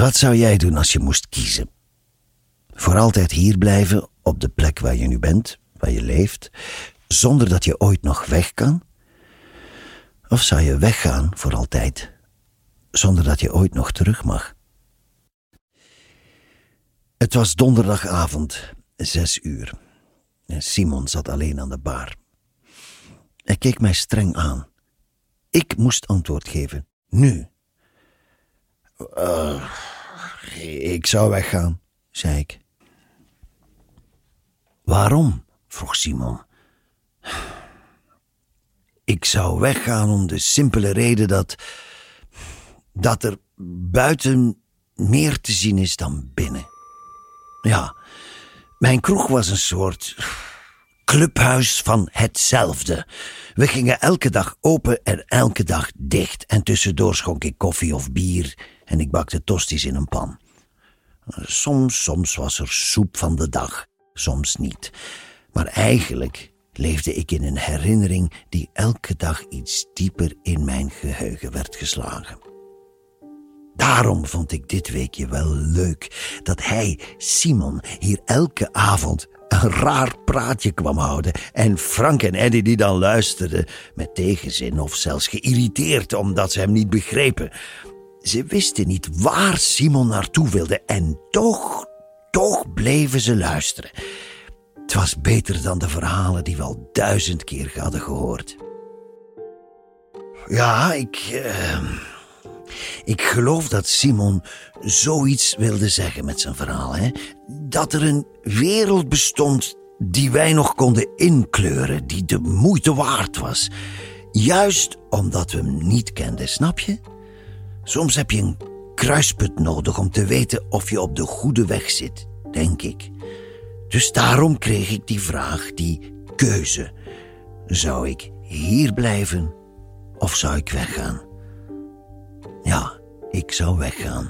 Wat zou jij doen als je moest kiezen? Voor altijd hier blijven, op de plek waar je nu bent, waar je leeft, zonder dat je ooit nog weg kan? Of zou je weggaan voor altijd, zonder dat je ooit nog terug mag? Het was donderdagavond, 6:00. En Simon zat alleen aan de bar. Hij keek mij streng aan. Ik moest antwoord geven, nu. Ik zou weggaan, zei ik. Waarom? Vroeg Simon. Ik zou weggaan om de simpele reden dat er buiten meer te zien is dan binnen. Ja, mijn kroeg was een soort clubhuis van hetzelfde. We gingen elke dag open en elke dag dicht. En tussendoor schonk ik koffie of bier en ik bakte tosti's in een pan. Soms was er soep van de dag, soms niet. Maar eigenlijk leefde ik in een herinnering die elke dag iets dieper in mijn geheugen werd geslagen. Daarom vond ik dit weekje wel leuk dat hij, Simon, hier elke avond een raar praatje kwam houden en Frank en Eddie die dan luisterden met tegenzin of zelfs geïrriteerd omdat ze hem niet begrepen. Ze wisten niet waar Simon naartoe wilde en toch bleven ze luisteren. Het was beter dan de verhalen die we al 1000 keer hadden gehoord. Ja, ik geloof dat Simon zoiets wilde zeggen met zijn verhaal. Hè? Dat er een wereld bestond die wij nog konden inkleuren, die de moeite waard was. Juist omdat we hem niet kenden, snap je? Soms heb je een kruispunt nodig om te weten of je op de goede weg zit, denk ik. Dus daarom kreeg ik die vraag, die keuze. Zou ik hier blijven of zou ik weggaan? Ja, ik zou weggaan.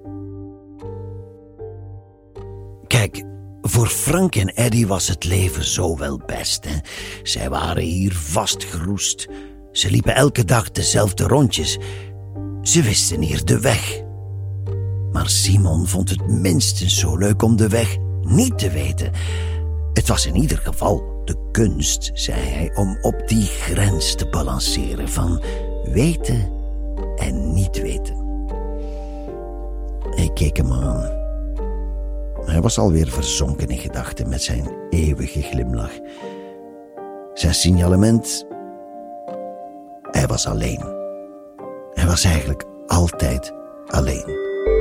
Kijk, voor Frank en Eddie was het leven zo wel best. Hè? Zij waren hier vastgeroest. Ze liepen elke dag dezelfde rondjes. Ze wisten hier de weg. Maar Simon vond het minstens zo leuk om de weg niet te weten. Het was in ieder geval de kunst, zei hij, om op die grens te balanceren van weten en niet weten. Ik keek hem aan. Hij was alweer verzonken in gedachten met zijn eeuwige glimlach. Zijn signalement: hij was alleen. Hij was eigenlijk altijd alleen.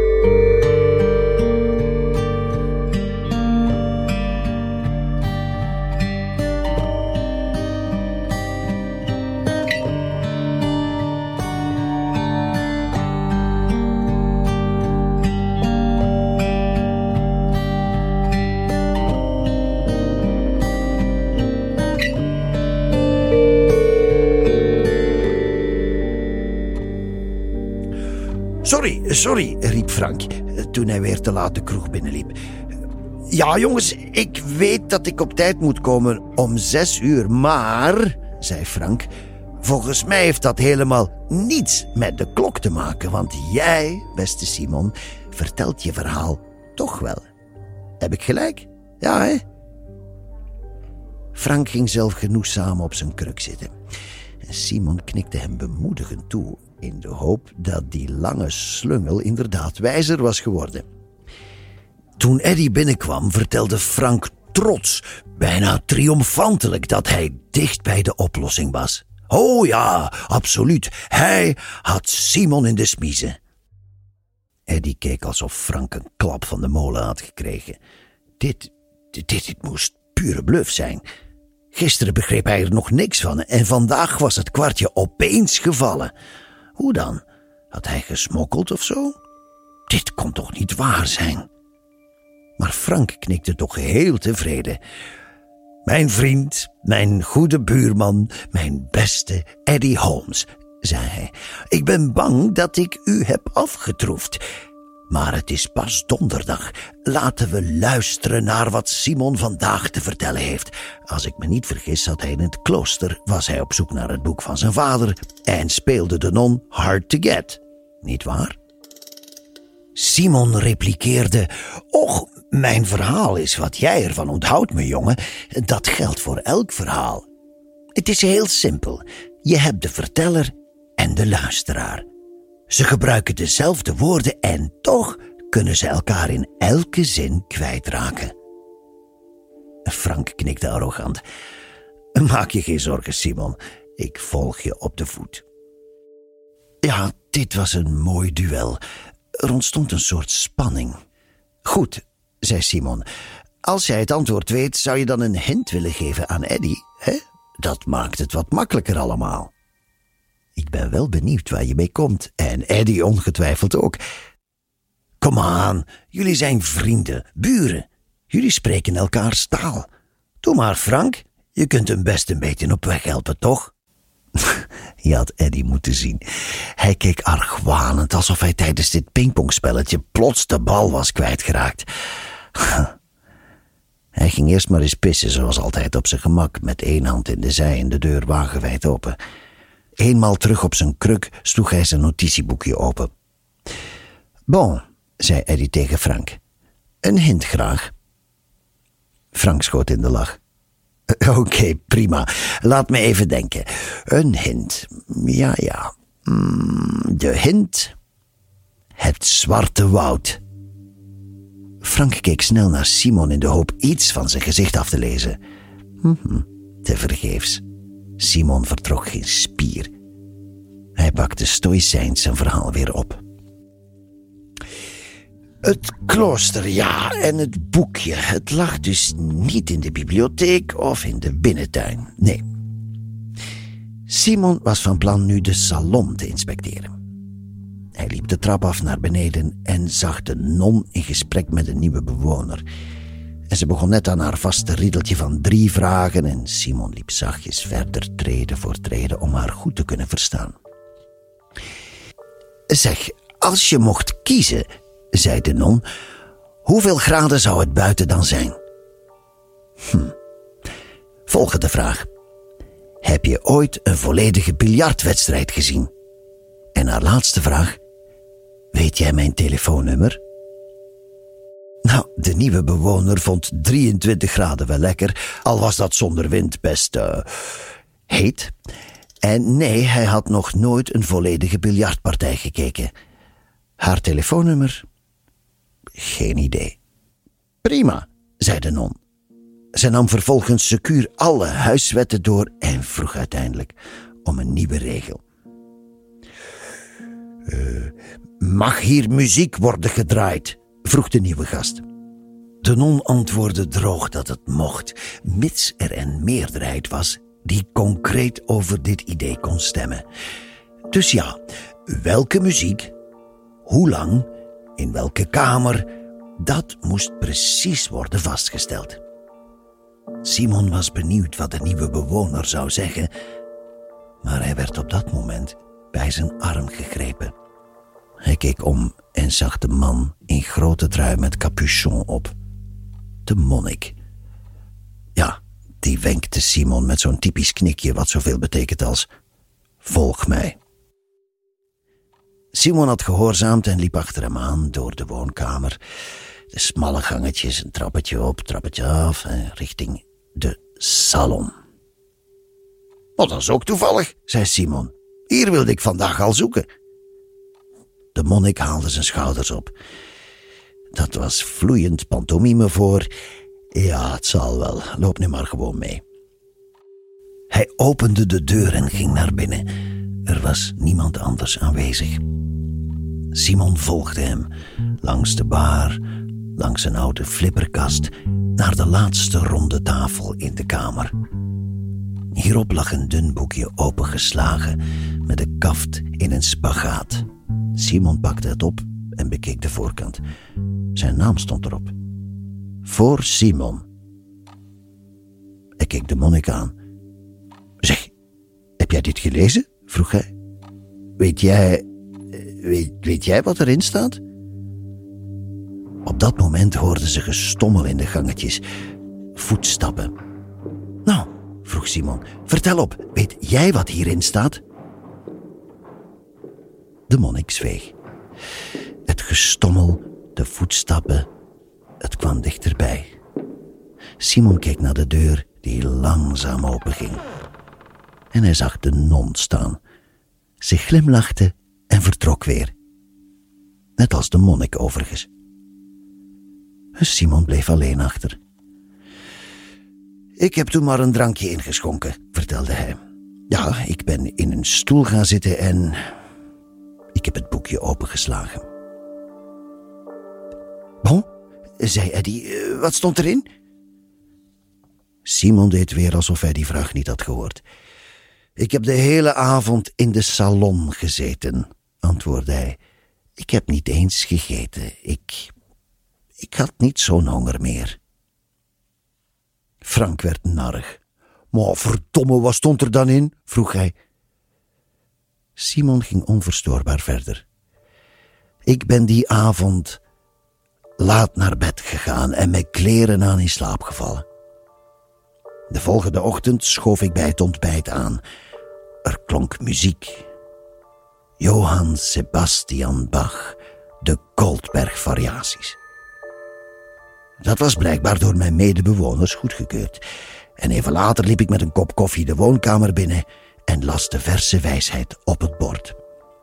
Sorry, riep Frank, toen hij weer te laat de kroeg binnenliep. Ja, jongens, ik weet dat ik op tijd moet komen om 6:00, maar, zei Frank, volgens mij heeft dat helemaal niets met de klok te maken, want jij, beste Simon, vertelt je verhaal toch wel. Heb ik gelijk? Ja, hè? Frank ging zelfgenoegzaam op zijn kruk zitten. Simon knikte hem bemoedigend toe, in de hoop dat die lange slungel inderdaad wijzer was geworden. Toen Eddie binnenkwam, vertelde Frank trots, bijna triomfantelijk, dat hij dicht bij de oplossing was. Oh ja, absoluut. Hij had Simon in de smiezen. Eddie keek alsof Frank een klap van de molen had gekregen. Dit moest pure bluff zijn. Gisteren begreep hij er nog niks van en vandaag was het kwartje opeens gevallen. Hoe dan? Had hij gesmokkeld of zo? Dit kon toch niet waar zijn? Maar Frank knikte toch heel tevreden. Mijn vriend, mijn goede buurman, mijn beste Eddie Holmes, zei hij. Ik ben bang dat ik u heb afgetroefd. Maar het is pas donderdag. Laten we luisteren naar wat Simon vandaag te vertellen heeft. Als ik me niet vergis zat hij in het klooster, was hij op zoek naar het boek van zijn vader en speelde de non Hard to Get. Niet waar? Simon repliceerde: Och, mijn verhaal is wat jij ervan onthoudt, mijn jongen. Dat geldt voor elk verhaal. Het is heel simpel. Je hebt de verteller en de luisteraar. Ze gebruiken dezelfde woorden en toch kunnen ze elkaar in elke zin kwijtraken. Frank knikte arrogant. Maak je geen zorgen, Simon. Ik volg je op de voet. Ja, dit was een mooi duel. Er ontstond een soort spanning. Goed, zei Simon. Als jij het antwoord weet, zou je dan een hint willen geven aan Eddy, hè? Dat maakt het wat makkelijker allemaal. Ik ben wel benieuwd waar je mee komt. En Eddy ongetwijfeld ook. Kom aan, jullie zijn vrienden, buren. Jullie spreken elkaars taal. Doe maar, Frank. Je kunt hem best een beetje op weg helpen, toch? Je had Eddy moeten zien. Hij keek argwanend, alsof hij tijdens dit pingpongspelletje plots de bal was kwijtgeraakt. Hij ging eerst maar eens pissen, zoals altijd op zijn gemak, met één hand in de zij en de deur wagenwijd open. Eenmaal terug op zijn kruk sloeg hij zijn notitieboekje open. Bon, zei Eddy tegen Frank. Een hint graag. Frank schoot in de lach. Oké, prima. Laat me even denken. Een hint. Ja. De hint. Het Zwarte Woud. Frank keek snel naar Simon in de hoop iets van zijn gezicht af te lezen. Tevergeefs. Simon vertrok geen spier. Hij pakte stoïcijns zijn verhaal weer op. Het klooster, ja, en het boekje. Het lag dus niet in de bibliotheek of in de binnentuin. Nee. Simon was van plan nu de salon te inspecteren. Hij liep de trap af naar beneden en zag de non in gesprek met een nieuwe bewoner. En ze begon net aan haar vaste riedeltje van 3 vragen en Simon liep zachtjes verder trede voor trede om haar goed te kunnen verstaan. Zeg, als je mocht kiezen, zei de non, hoeveel graden zou het buiten dan zijn? Volgende vraag. Heb je ooit een volledige biljartwedstrijd gezien? En haar laatste vraag. Weet jij mijn telefoonnummer? Nou, de nieuwe bewoner vond 23 graden wel lekker, al was dat zonder wind best heet. En nee, hij had nog nooit een volledige biljartpartij gekeken. Haar telefoonnummer? Geen idee. Prima, zei de non. Ze nam vervolgens secuur alle huiswetten door en vroeg uiteindelijk om een nieuwe regel. Mag hier muziek worden gedraaid? Vroeg de nieuwe gast. De non antwoordde droog dat het mocht, mits er een meerderheid was die concreet over dit idee kon stemmen. Dus ja, welke muziek, hoe lang, in welke kamer, dat moest precies worden vastgesteld. Simon was benieuwd wat de nieuwe bewoner zou zeggen, maar hij werd op dat moment bij zijn arm gegrepen. Hij keek om en zag de man in grote trui met capuchon op. De monnik. Ja, die wenkte Simon met zo'n typisch knikje wat zoveel betekent als: volg mij. Simon had gehoorzaamd en liep achter hem aan door de woonkamer. De smalle gangetjes, een trappetje op, trappetje af en richting de salon. Oh, dat is ook toevallig, zei Simon. Hier wilde ik vandaag al zoeken. De monnik haalde zijn schouders op. Dat was vloeiend pantomime voor: ja, het zal wel, loop nu maar gewoon mee. Hij opende de deur en ging naar binnen. Er was niemand anders aanwezig. Simon volgde hem, langs de bar, langs een oude flipperkast, naar de laatste ronde tafel in de kamer. Hierop lag een dun boekje opengeslagen, met de kaft in een spagaat. Simon pakte het op en bekeek de voorkant. Zijn naam stond erop. Voor Simon. Hij keek de monnik aan. Zeg, heb jij dit gelezen? Vroeg hij. Weet jij wat erin staat? Op dat moment hoorden ze gestommel in de gangetjes. Voetstappen. Nou, vroeg Simon, vertel op, weet jij wat hierin staat? De monnik zweeg. Het gestommel, de voetstappen. Het kwam dichterbij. Simon keek naar de deur die langzaam openging. En hij zag de non staan. Ze glimlachte en vertrok weer. Net als de monnik overigens. Simon bleef alleen achter. Ik heb toen maar een drankje ingeschonken, vertelde hij. Ja, ik ben in een stoel gaan zitten en ik heb het boekje opengeslagen. Bon, zei Eddie, wat stond erin? Simon deed weer alsof hij die vraag niet had gehoord. Ik heb de hele avond in de salon gezeten, antwoordde hij. Ik heb niet eens gegeten. Ik had niet zo'n honger meer. Frank werd narrig. Maar verdomme, wat stond er dan in? Vroeg hij. Simon ging onverstoorbaar verder. Ik ben die avond laat naar bed gegaan en met kleren aan in slaap gevallen. De volgende ochtend schoof ik bij het ontbijt aan. Er klonk muziek. Johann Sebastian Bach, de Goldberg-variaties. Dat was blijkbaar door mijn medebewoners goedgekeurd. En even later liep ik met een kop koffie de woonkamer binnen en las de verse wijsheid op het bord.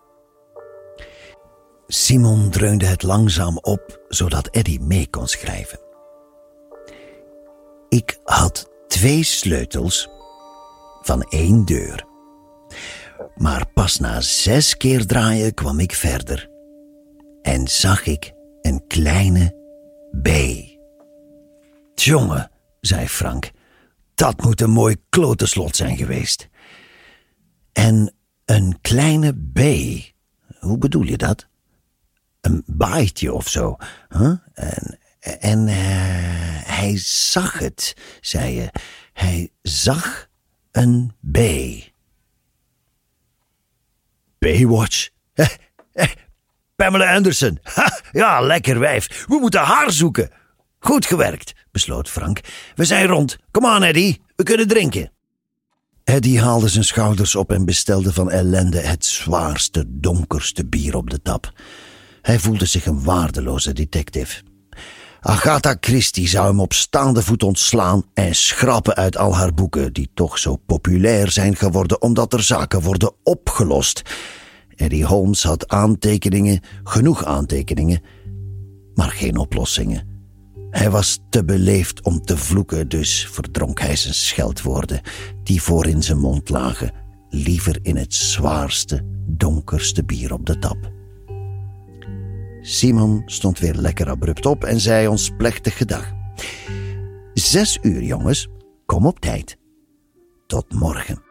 Simon dreunde het langzaam op, zodat Eddie mee kon schrijven. Ik had 2 sleutels van 1 deur. Maar pas na 6 keer draaien kwam ik verder. En zag ik een kleine B. Tjonge, zei Frank, dat moet een mooi klotenslot zijn geweest. En een kleine B, hoe bedoel je dat? Een baaitje of zo, huh? En hij zag het, zei je. Hij zag een B. Baywatch? Pamela Anderson. Ha, ja, lekker wijf. We moeten haar zoeken. Goed gewerkt, besloot Frank. We zijn rond. Kom aan, Eddie. We kunnen drinken. Eddie haalde zijn schouders op en bestelde van ellende het zwaarste, donkerste bier op de tap. Hij voelde zich een waardeloze detective. Agatha Christie zou hem op staande voet ontslaan en schrappen uit al haar boeken, die toch zo populair zijn geworden omdat er zaken worden opgelost. Eddie Holmes had aantekeningen, genoeg aantekeningen, maar geen oplossingen. Hij was te beleefd om te vloeken, dus verdronk hij zijn scheldwoorden, die voor in zijn mond lagen, liever in het zwaarste, donkerste bier op de tap. Simon stond weer lekker abrupt op en zei ons plechtig gedag. 6 uur, jongens. Kom op tijd. Tot morgen.